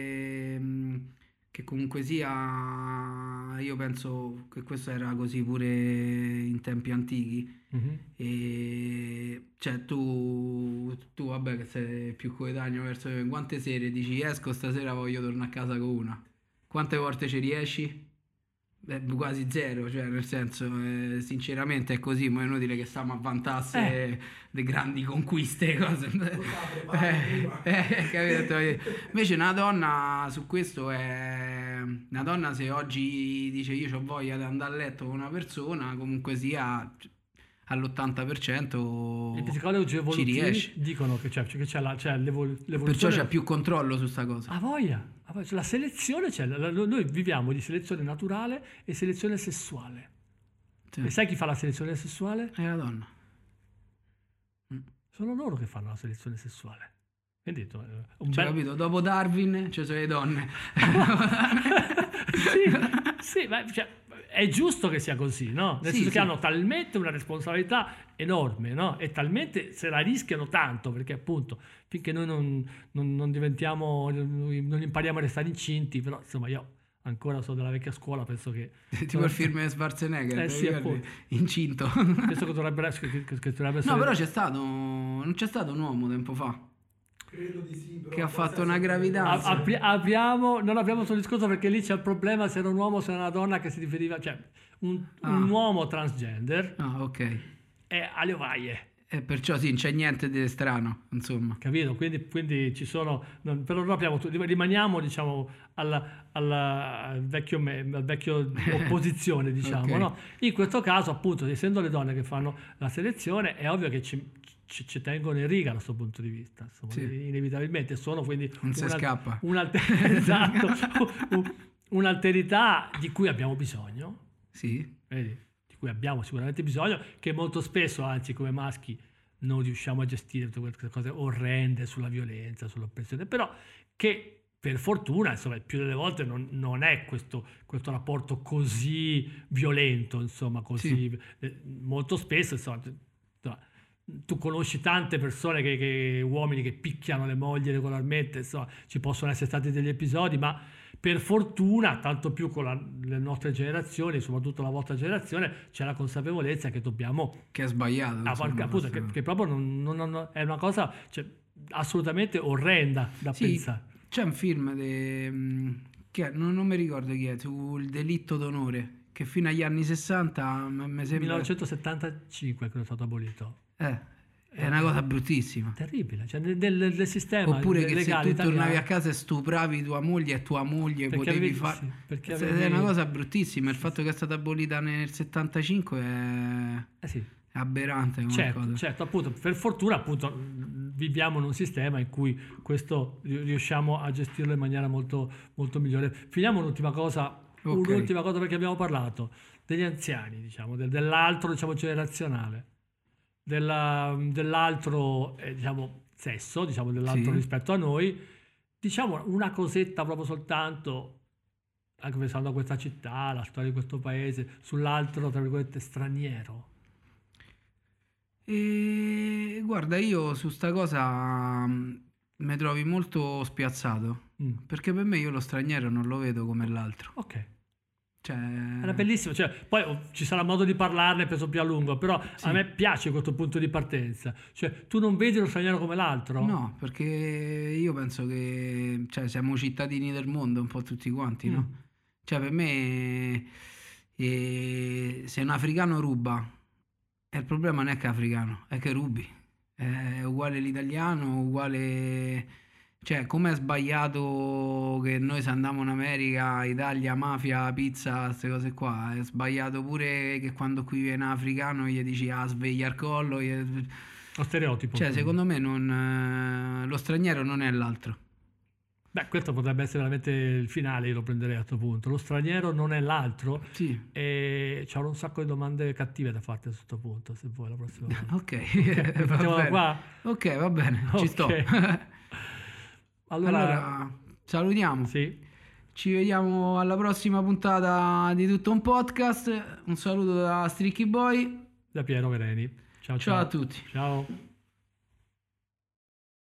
che comunque sia, io penso che questo era così pure in tempi antichi. Mhm. E cioè tu vabbè che sei più coetaneo verso me, quante sere dici esco stasera voglio tornare a casa con una? Quante volte ci riesci? Quasi zero, cioè nel senso sinceramente è così, ma è inutile che stiamo a vantarsi le grandi conquiste, cose. Capito? Invece una donna su questo è una donna, se oggi dice io ho voglia di andare a letto con una persona, comunque sia all'80% I psicologi ci evolutivi riesce, dicono che c'è l'evoluzione. perciò c'è più controllo su sta cosa. Ha voglia. La selezione c'è. Noi viviamo di selezione naturale e selezione sessuale. Sì. E sai chi fa la selezione sessuale? È la donna. Sono loro che fanno la selezione sessuale. Quindi, Capito? Dopo Darwin ci sono le donne. sì, ma è giusto che sia così, no? Nel senso che hanno talmente una responsabilità enorme, no? E talmente se la rischiano tanto, perché appunto finché noi non diventiamo, non impariamo a restare incinti, però insomma io ancora sono della vecchia scuola, penso che... Tipo il film di Schwarzenegger, sì, appunto. incinto. Penso che dovrebbe essere... No, però non c'è stato un uomo tempo fa. Credo di sì, però che ha fatto una gravidanza. Non abbiamo sul discorso perché lì c'è il problema se era un uomo o se era una donna che si riferiva, cioè un uomo transgender ok. è alle ovaie. E perciò sì, non c'è niente di strano, insomma. Capito? Quindi ci sono, però noi rimaniamo diciamo al vecchio opposizione, diciamo, Okay. no? In questo caso appunto essendo le donne che fanno la selezione è ovvio che ci tengono in riga da questo punto di vista, insomma, Sì. inevitabilmente sono quindi Non si scappa. esatto, un'alterità di cui abbiamo bisogno, Sì. vedi? Di cui abbiamo sicuramente bisogno, che molto spesso, anzi come maschi, non riusciamo a gestire tutte queste cose orrende sulla violenza, sull'oppressione, però che per fortuna, insomma, più delle volte non è questo rapporto così violento, insomma, così molto spesso, insomma, tu conosci tante persone uomini che picchiano le mogli regolarmente, insomma, ci possono essere stati degli episodi, ma per fortuna, tanto più con le nostre generazioni, soprattutto la vostra generazione, c'è la consapevolezza che dobbiamo... Che ha sbagliato. Insomma, appunto, che proprio è una cosa assolutamente orrenda da pensare. C'è un film che non mi ricordo chi è, sul delitto d'onore, che fino agli anni 60 mi sembra... 1975 credo è stato abolito. È una cosa bruttissima. Terribile, cioè del sistema Oppure che se tu legale tornavi italiano. a casa e stupravi tua moglie e tua moglie Perché potevi avevi- fare... sì, perché È avevi- una cosa bruttissima. Il fatto che è stata abolita nel 75 è Sì. aberrante come cosa. Certo, appunto, per fortuna appunto viviamo in un sistema in cui questo riusciamo a gestirlo in maniera molto, molto migliore. Finiamo un'ultima cosa perché abbiamo parlato degli anziani, diciamo, dell'altro, diciamo, generazionale, dell'altro, diciamo, sesso, diciamo, dell'altro rispetto a noi, diciamo una cosetta proprio soltanto, anche pensando a questa città, la storia di questo paese, sull'altro, tra virgolette, straniero. E guarda, io su sta cosa mi trovi molto spiazzato. Perché per me io lo straniero non lo vedo come l'altro. Ok. Cioè... Era bellissimo, cioè, poi ci sarà modo di parlarne penso più a lungo, però a me piace questo punto di partenza, cioè tu non vedi lo straniero come l'altro? No, perché io penso che siamo cittadini del mondo un po' tutti quanti, no? Cioè per me se un africano ruba, il problema non è che è africano, è che rubi, è uguale l'italiano, uguale... Cioè, come è sbagliato che noi se andiamo in America, Italia, mafia, pizza, queste cose qua, è sbagliato pure che quando qui viene un africano gli dici sveglia al collo. Lo stereotipo. Cioè, secondo me lo straniero non è l'altro. Beh, questo potrebbe essere veramente il finale, io lo prenderei a questo punto. Lo straniero non è l'altro Sì. e c'ho un sacco di domande cattive da farti a questo punto, se vuoi la prossima volta. Ok, va Mettiamo bene. qua? Ok, va bene, ci sto. Ok. Allora, salutiamo. Sì, Ci vediamo alla prossima puntata di Tutto un Podcast. Un saluto da Streaky Boy. da Piero Vereni. Ciao Ciao a tutti. Ciao.